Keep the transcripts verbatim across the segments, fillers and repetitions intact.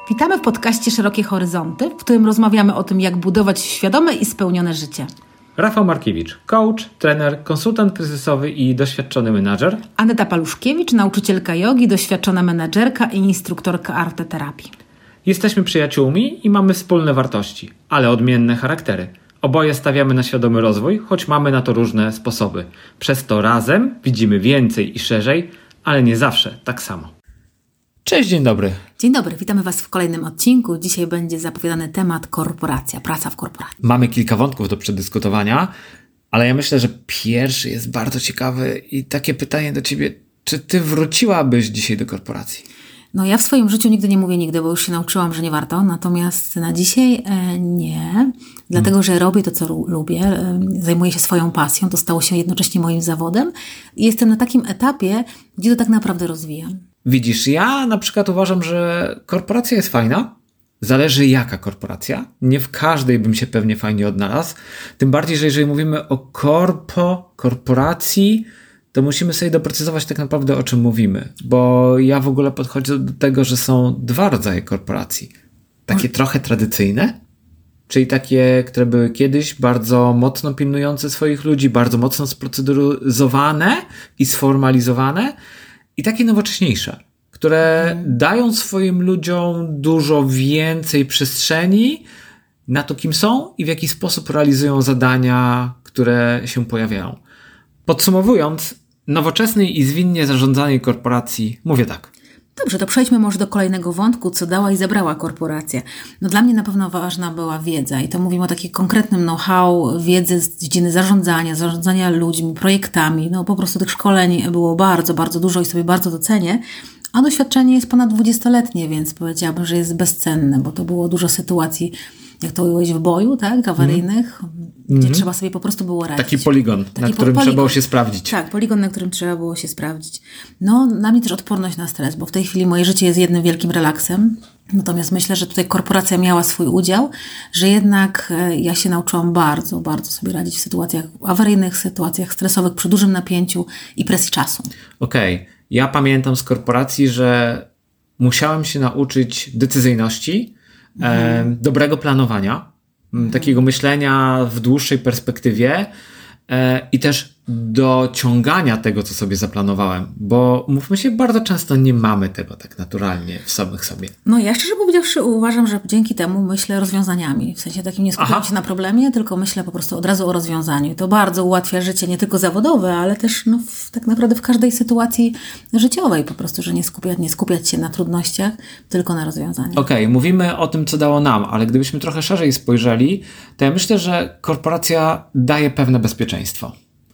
Witamy w podcaście Szerokie Horyzonty, w którym rozmawiamy o tym, jak budować świadome i spełnione życie. Rafał Markiewicz, coach, trener, konsultant kryzysowy i doświadczony menadżer. Aneta Paluszkiewicz, nauczycielka jogi, doświadczona menadżerka i instruktorka arteterapii. Jesteśmy przyjaciółmi i mamy wspólne wartości, ale odmienne charaktery. Oboje stawiamy na świadomy rozwój, choć mamy na to różne sposoby. Przez to razem widzimy więcej i szerzej, ale nie zawsze tak samo. Cześć, dzień dobry. Dzień dobry, witamy Was w kolejnym odcinku. Dzisiaj będzie zapowiadany temat korporacja, praca w korporacji. Mamy kilka wątków do przedyskutowania, ale ja myślę, że pierwszy jest bardzo ciekawy i takie pytanie do Ciebie, czy Ty wróciłabyś dzisiaj do korporacji? No ja w swoim życiu nigdy nie mówię nigdy, bo już się nauczyłam, że nie warto, natomiast na dzisiaj e, nie, dlatego, hmm. że robię to, co lubię, e, zajmuję się swoją pasją, to stało się jednocześnie moim zawodem i jestem na takim etapie, gdzie to tak naprawdę rozwijam. Widzisz, ja na przykład uważam, że korporacja jest fajna, zależy jaka korporacja, nie w każdej bym się pewnie fajnie odnalazł, tym bardziej, że jeżeli mówimy o korpo, korporacji, to musimy sobie doprecyzować tak naprawdę, o czym mówimy, bo ja w ogóle podchodzę do tego, że są dwa rodzaje korporacji. Takie trochę tradycyjne, czyli takie, które były kiedyś bardzo mocno pilnujące swoich ludzi, bardzo mocno sproceduryzowane i sformalizowane, i takie nowocześniejsze, które hmm. dają swoim ludziom dużo więcej przestrzeni na to, kim są i w jaki sposób realizują zadania, które się pojawiają. Podsumowując, nowoczesnej i zwinnie zarządzanej korporacji mówię tak. Dobrze, to przejdźmy może do kolejnego wątku, co dała i zabrała korporacja. No dla mnie na pewno ważna była wiedza i to mówimy o takim konkretnym know-how, wiedzy z dziedziny zarządzania, zarządzania ludźmi, projektami. No po prostu tych szkoleń było bardzo, bardzo dużo i sobie bardzo to cenię. A doświadczenie jest ponad dwudziestoletnie, więc powiedziałabym, że jest bezcenne, bo to było dużo sytuacji, jak to ująć, w boju, tak, awaryjnych, mm. gdzie mm-hmm. trzeba sobie po prostu było radzić. Taki poligon, Taki na którym po, trzeba było się sprawdzić. Tak, poligon, na którym trzeba było się sprawdzić. No, dla mnie też odporność na stres, bo w tej chwili moje życie jest jednym wielkim relaksem. Natomiast myślę, że tutaj korporacja miała swój udział, że jednak ja się nauczyłam bardzo, bardzo sobie radzić w sytuacjach awaryjnych, sytuacjach stresowych, przy dużym napięciu i presji czasu. Okej, okay. Ja pamiętam z korporacji, że musiałem się nauczyć decyzyjności, Mhm. dobrego planowania, mhm. takiego myślenia w dłuższej perspektywie e, i też dociągania tego, co sobie zaplanowałem, bo mówmy się, bardzo często nie mamy tego tak naturalnie w samych sobie. No ja szczerze powiedziawszy uważam, że dzięki temu myślę rozwiązaniami, w sensie takim nie skupiam Aha. się na problemie, tylko myślę po prostu od razu o rozwiązaniu. I to bardzo ułatwia życie nie tylko zawodowe, ale też no, w, tak naprawdę w każdej sytuacji życiowej po prostu, że nie skupiać, nie skupiać się na trudnościach, tylko na rozwiązaniach. Okej, okay, mówimy o tym, co dało nam, ale gdybyśmy trochę szerzej spojrzeli, to ja myślę, że korporacja daje pewne bezpieczeństwo.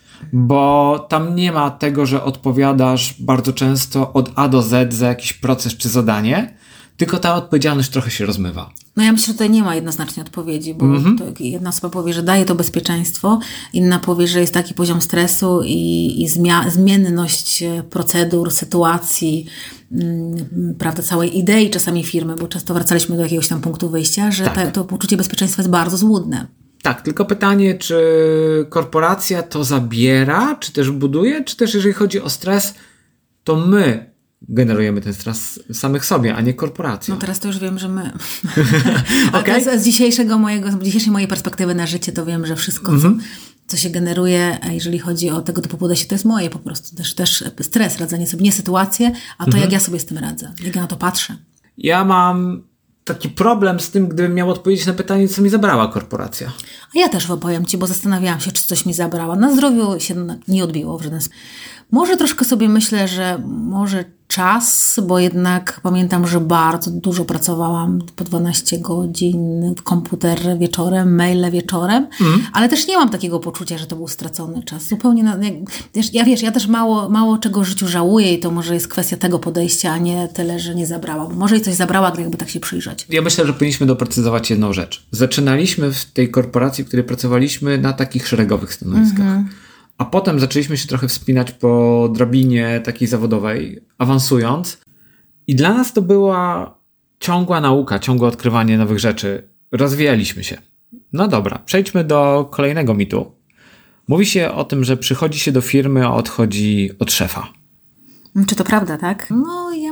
Bo tam nie ma tego, że odpowiadasz bardzo często od A do Z za jakiś proces czy zadanie, tylko ta odpowiedzialność trochę się rozmywa. No ja myślę, że tutaj nie ma jednoznacznie odpowiedzi, bo mm-hmm. to jedna osoba powie, że daje to bezpieczeństwo, inna powie, że jest taki poziom stresu i, i zmia- zmienność procedur, sytuacji, mm, prawda, całej idei czasami firmy, bo często wracaliśmy do jakiegoś tam punktu wyjścia, że tak. ta, to poczucie bezpieczeństwa jest bardzo złudne. Tak, tylko pytanie, czy korporacja to zabiera, czy też buduje, czy też jeżeli chodzi o stres, to my generujemy ten stres samych sobie, a nie korporacja. No teraz to już wiem, że my. Okay. z, z, dzisiejszego mojego, z dzisiejszej mojej perspektywy na życie to wiem, że wszystko, mm-hmm. co, co się generuje, jeżeli chodzi o tego typu podejście, to jest moje po prostu. Też, też stres, radzenie sobie, nie sytuacje, a to mm-hmm. jak ja sobie z tym radzę, jak ja na to patrzę. Ja mam taki problem z tym, gdybym miał odpowiedzieć na pytanie, co mi zabrała korporacja. A ja też powiem Ci, bo zastanawiałam się, czy coś mi zabrała. Na zdrowiu się nie odbiło w żaden sposób. Może troszkę sobie myślę, że może czas, bo jednak pamiętam, że bardzo dużo pracowałam, po dwanaście godzin, komputer wieczorem, maile wieczorem, mm. ale też nie mam takiego poczucia, że to był stracony czas. Zupełnie, na, wiesz, ja wiesz, ja też mało, mało czego w życiu żałuję i to może jest kwestia tego podejścia, a nie tyle, że nie zabrała, bo może i coś zabrała, gdy jakby tak się przyjrzeć. Ja myślę, że powinniśmy doprecyzować jedną rzecz. Zaczynaliśmy w tej korporacji, w której pracowaliśmy na takich szeregowych stanowiskach. Mm-hmm. A potem zaczęliśmy się trochę wspinać po drabinie takiej zawodowej, awansując. I dla nas to była ciągła nauka, ciągłe odkrywanie nowych rzeczy. Rozwijaliśmy się. No dobra, przejdźmy do kolejnego mitu. Mówi się o tym, że przychodzi się do firmy, a odchodzi od szefa. Czy to prawda, tak? No ja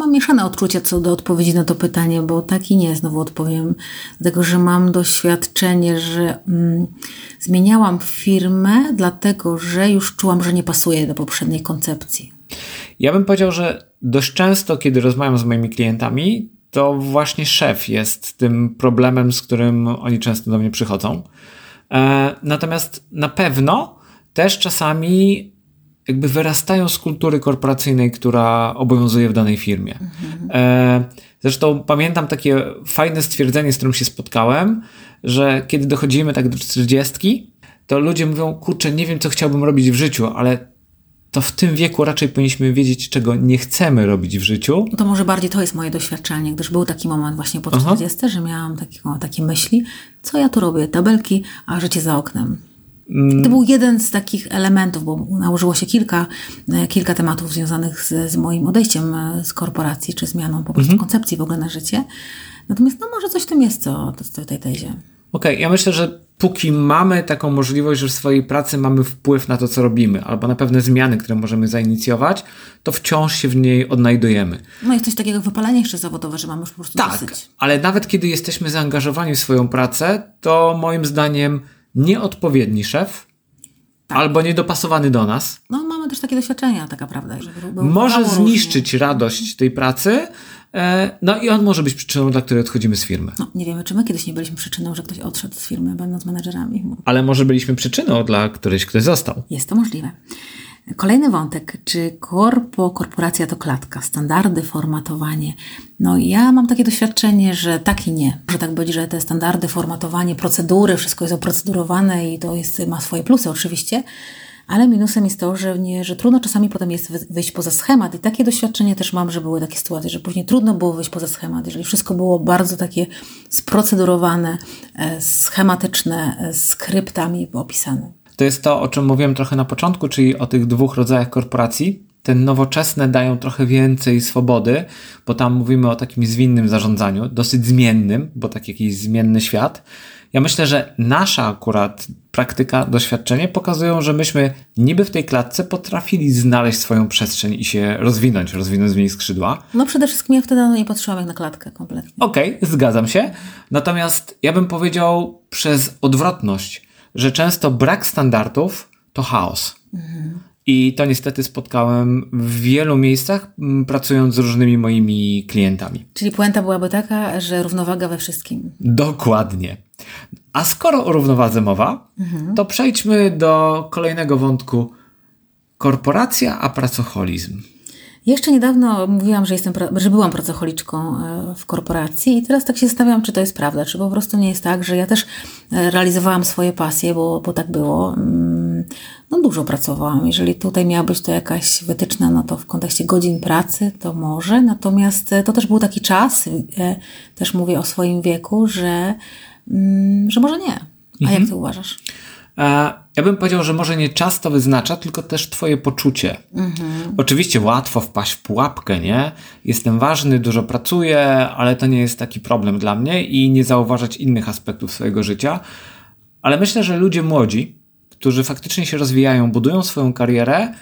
mam mieszane odczucia co do odpowiedzi na to pytanie, bo tak i nie, znowu odpowiem. Dlatego, że mam doświadczenie, że mm, zmieniałam firmę, dlatego, że już czułam, że nie pasuje do poprzedniej koncepcji. Ja bym powiedział, że dość często, kiedy rozmawiam z moimi klientami, to właśnie szef jest tym problemem, z którym oni często do mnie przychodzą. E, natomiast na pewno też czasami jakby wyrastają z kultury korporacyjnej, która obowiązuje w danej firmie. Mhm. E, zresztą pamiętam takie fajne stwierdzenie, z którym się spotkałem, że kiedy dochodzimy tak do czterdziestki, to ludzie mówią, kurczę, nie wiem, co chciałbym robić w życiu, ale to w tym wieku raczej powinniśmy wiedzieć, czego nie chcemy robić w życiu. To może bardziej to jest moje doświadczenie, gdyż był taki moment właśnie po czterdziestce, że miałam takiego, takie myśli, co ja tu robię, tabelki, a życie za oknem. To był jeden z takich elementów, bo nałożyło się kilka, kilka tematów związanych z, z moim odejściem z korporacji, czy zmianą po prostu mhm. koncepcji w ogóle na życie. Natomiast no może coś w tym jest, co w tej tezie. Okej, okay, ja myślę, że póki mamy taką możliwość, że w swojej pracy mamy wpływ na to, co robimy, albo na pewne zmiany, które możemy zainicjować, to wciąż się w niej odnajdujemy. No jest coś takiego jak wypalenie jeszcze zawodowe, że mamy już po prostu tak, dosyć. Ale nawet kiedy jesteśmy zaangażowani w swoją pracę, to moim zdaniem nieodpowiedni szef tak. albo niedopasowany do nas no mamy też takie doświadczenia, taka prawda. Że może zniszczyć różnie. radość tej pracy, no i on może być przyczyną, dla której odchodzimy z firmy. No, nie wiemy, czy my kiedyś nie byliśmy przyczyną, że ktoś odszedł z firmy, będąc menadżerami. Ale może byliśmy przyczyną, dla którejś ktoś został. Jest to możliwe. Kolejny wątek, czy korpo, korporacja to klatka, standardy, formatowanie. No ja mam takie doświadczenie, że tak i nie. Może tak być, że te standardy, formatowanie, procedury, wszystko jest oprocedurowane i to jest, ma swoje plusy oczywiście, ale minusem jest to, że, nie, że trudno czasami potem jest wyjść poza schemat i takie doświadczenie też mam, że były takie sytuacje, że później trudno było wyjść poza schemat, jeżeli wszystko było bardzo takie sprocedurowane, schematyczne, skryptami opisane. To jest to, o czym mówiłem trochę na początku, czyli o tych dwóch rodzajach korporacji. Te nowoczesne dają trochę więcej swobody, bo tam mówimy o takim zwinnym zarządzaniu, dosyć zmiennym, bo tak jakiś zmienny świat. Ja myślę, że nasza akurat praktyka, doświadczenie pokazują, że myśmy niby w tej klatce potrafili znaleźć swoją przestrzeń i się rozwinąć, rozwinąć w niej skrzydła. No przede wszystkim ja wtedy nie patrzyłam jak na klatkę kompletnie. Okej, okay, zgadzam się. Natomiast ja bym powiedział przez odwrotność, że często brak standardów to chaos. Mhm. I to niestety spotkałem w wielu miejscach, m, pracując z różnymi moimi klientami. Czyli puenta byłaby taka, że równowaga we wszystkim. Dokładnie. A skoro o równowadze mowa, mhm. to przejdźmy do kolejnego wątku. Korporacja, a pracoholizm. Jeszcze niedawno mówiłam, że, jestem, że byłam pracocholiczką w korporacji i teraz tak się zastanawiam, czy to jest prawda, czy po prostu nie jest tak, że ja też realizowałam swoje pasje, bo, bo tak było. No dużo pracowałam. Jeżeli tutaj miała być to jakaś wytyczna, no to w kontekście godzin pracy to może, natomiast to też był taki czas, też mówię o swoim wieku, że, że może nie. A mhm. jak ty uważasz? Ja bym powiedział, że może nie czas to wyznacza, tylko też twoje poczucie. Mhm. Oczywiście łatwo wpaść w pułapkę, nie? Jestem ważny, dużo pracuję, ale to nie jest taki problem dla mnie i nie zauważać innych aspektów swojego życia. Ale myślę, że ludzie młodzi, którzy faktycznie się rozwijają, budują swoją karierę,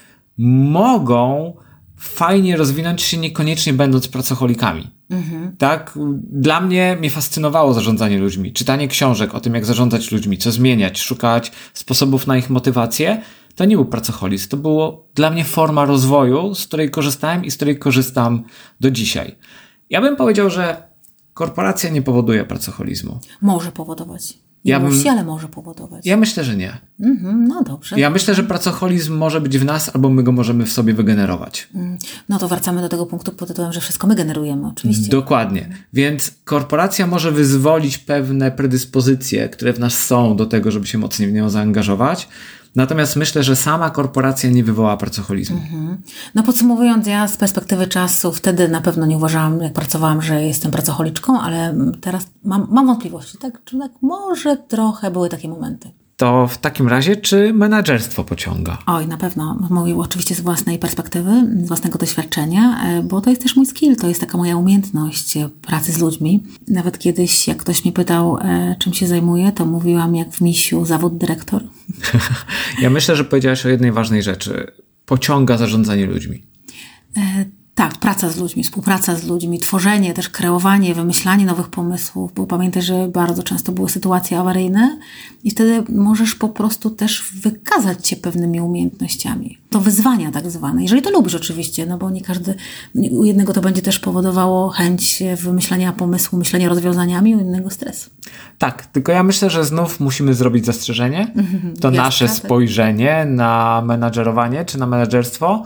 mogą fajnie rozwinąć się niekoniecznie będąc pracocholikami. Mhm. Tak? Dla mnie mnie fascynowało zarządzanie ludźmi, czytanie książek o tym, jak zarządzać ludźmi, co zmieniać, szukać sposobów na ich motywację. To nie był pracoholizm, to było dla mnie forma rozwoju, z której korzystałem i z której korzystam do dzisiaj. Ja bym powiedział, że korporacja nie powoduje pracoholizmu. Może powodować. Nie ja musi, bym, ale może powodować. Ja myślę, że nie. Mm-hmm, no dobrze. Ja myślę, że pracoholizm może być w nas, albo my go możemy w sobie wygenerować. Mm. No to wracamy do tego punktu pod tytułem, że wszystko my generujemy, oczywiście. Dokładnie. Więc korporacja może wyzwolić pewne predyspozycje, które w nas są do tego, żeby się mocniej w nią zaangażować. Natomiast myślę, że sama korporacja nie wywoła pracoholizmu. Mm-hmm. No podsumowując, ja z perspektywy czasu wtedy na pewno nie uważałam, jak pracowałam, że jestem pracocholiczką, ale teraz mam, mam wątpliwości. Tak, czy tak może trochę były takie momenty. To w takim razie, czy menadżerstwo pociąga? Oj, na pewno. Mówię oczywiście z własnej perspektywy, z własnego doświadczenia, bo to jest też mój skill, to jest taka moja umiejętność pracy z ludźmi. Nawet kiedyś, jak ktoś mnie pytał, czym się zajmuję, to mówiłam jak w misiu zawód dyrektor. Ja myślę, że powiedziałaś o jednej ważnej rzeczy. Pociąga zarządzanie ludźmi. E, Tak, praca z ludźmi, współpraca z ludźmi, tworzenie, też kreowanie, wymyślanie nowych pomysłów, bo pamiętaj, że bardzo często były sytuacje awaryjne i wtedy możesz po prostu też wykazać się pewnymi umiejętnościami. To wyzwania tak zwane, jeżeli to lubisz oczywiście, no bo nie każdy, u jednego to będzie też powodowało chęć wymyślania pomysłu, myślenia rozwiązaniami, u innego stres. Tak, tylko ja myślę, że znów musimy zrobić zastrzeżenie. To Jasne, nasze tak. spojrzenie na menadżerowanie czy na menadżerstwo,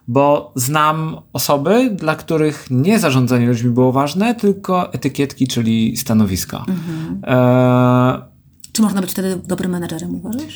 bo znam osoby, dla których nie zarządzanie ludźmi było ważne, tylko etykietki, czyli stanowiska. Mhm. E... Czy można być wtedy dobrym menadżerem, uważasz?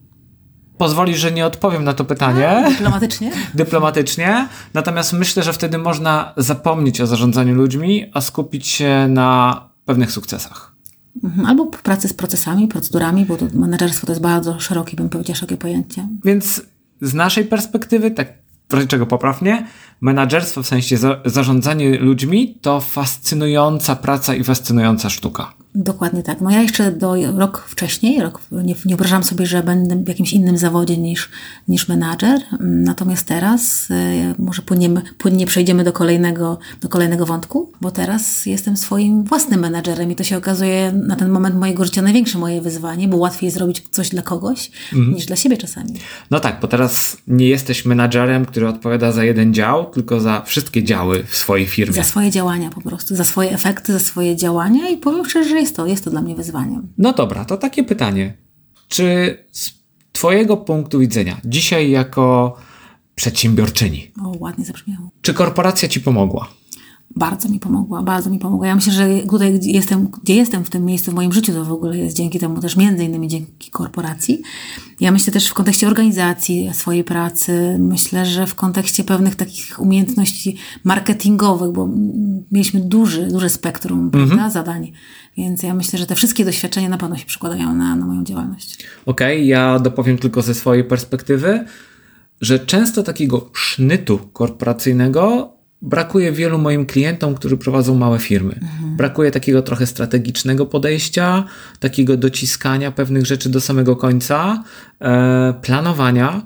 Pozwolisz, że nie odpowiem na to pytanie. A, dyplomatycznie? Dyplomatycznie. Natomiast myślę, że wtedy można zapomnieć o zarządzaniu ludźmi, a skupić się na pewnych sukcesach. Mhm. Albo pracy z procesami, procedurami, bo to menadżerstwo to jest bardzo szerokie, bym powiedziała, szerokie pojęcie. Więc z naszej perspektywy, tak w razie czego poprawnie, menadżerstwo w sensie za- zarządzanie ludźmi to fascynująca praca i fascynująca sztuka. Dokładnie tak. No ja jeszcze do rok wcześniej, rok, nie, nie wyobrażam sobie, że będę w jakimś innym zawodzie niż, niż menadżer. Natomiast teraz y, może płynniemy, płynnie przejdziemy do kolejnego, do kolejnego wątku, bo teraz jestem swoim własnym menadżerem i to się okazuje na ten moment mojego życia największe moje wyzwanie, bo łatwiej jest zrobić coś dla kogoś mhm. niż dla siebie czasami. No tak, bo teraz nie jesteś menadżerem, który odpowiada za jeden dział, tylko za wszystkie działy w swojej firmie. Za swoje działania po prostu, za swoje efekty, za swoje działania i powiem szczerze, że jest to, jest to dla mnie wyzwaniem. No dobra, to takie pytanie. Czy z twojego punktu widzenia, dzisiaj jako przedsiębiorczyni, O, ładnie zabrzmiało. czy korporacja ci pomogła? Bardzo mi pomogła, bardzo mi pomogła. Ja myślę, że tutaj, gdzie jestem, gdzie jestem w tym miejscu w moim życiu, to w ogóle jest dzięki temu też między innymi dzięki korporacji. Ja myślę też w kontekście organizacji swojej pracy, myślę, że w kontekście pewnych takich umiejętności marketingowych, bo mieliśmy duży, duże spektrum mhm. prawda, zadań, więc ja myślę, że te wszystkie doświadczenia na pewno się przekładają na, na moją działalność. Okej, okay, ja dopowiem tylko ze swojej perspektywy, że często takiego sznytu korporacyjnego brakuje wielu moim klientom, którzy prowadzą małe firmy. Mhm. Brakuje takiego trochę strategicznego podejścia, takiego dociskania pewnych rzeczy do samego końca, e, planowania.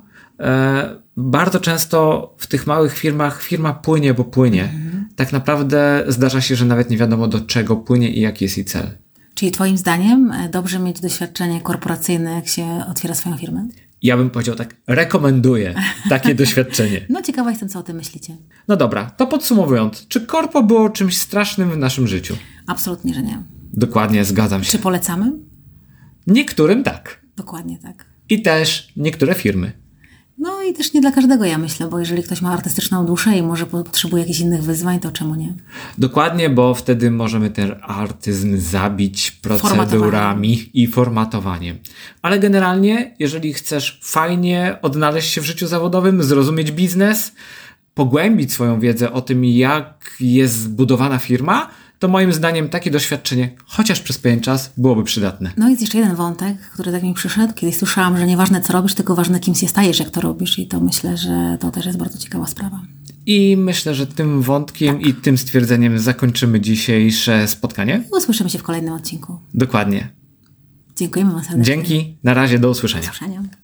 E, bardzo często w tych małych firmach firma płynie, bo płynie. Mhm. Tak naprawdę zdarza się, że nawet nie wiadomo do czego płynie i jaki jest jej cel. Czyli twoim zdaniem dobrze mieć doświadczenie korporacyjne, jak się otwiera swoją firmę? Ja bym powiedział tak, rekomenduję takie doświadczenie. No ciekawa jestem, co o tym myślicie. No dobra, to podsumowując, czy korpo było czymś strasznym w naszym życiu? Absolutnie, że nie. Dokładnie, zgadzam się. Czy polecamy? Niektórym tak. Dokładnie tak. I też niektóre firmy. No i też nie dla każdego, ja myślę, bo jeżeli ktoś ma artystyczną duszę i może potrzebuje jakichś innych wyzwań, to czemu nie? Dokładnie, bo wtedy możemy ten artyzm zabić procedurami i formatowaniem. Ale generalnie, jeżeli chcesz fajnie odnaleźć się w życiu zawodowym, zrozumieć biznes, pogłębić swoją wiedzę o tym, jak jest zbudowana firma, to moim zdaniem takie doświadczenie, chociaż przez pewien czas, byłoby przydatne. No i jest jeszcze jeden wątek, który tak mi przyszedł. Kiedyś słyszałam, że nieważne co robisz, tylko ważne kim się stajesz, jak to robisz i to myślę, że to też jest bardzo ciekawa sprawa. I myślę, że tym wątkiem tak. i tym stwierdzeniem zakończymy dzisiejsze spotkanie. I usłyszymy się w kolejnym odcinku. Dokładnie. Dziękujemy wam serdecznie. Dzięki, na razie, do usłyszenia. Do usłyszenia.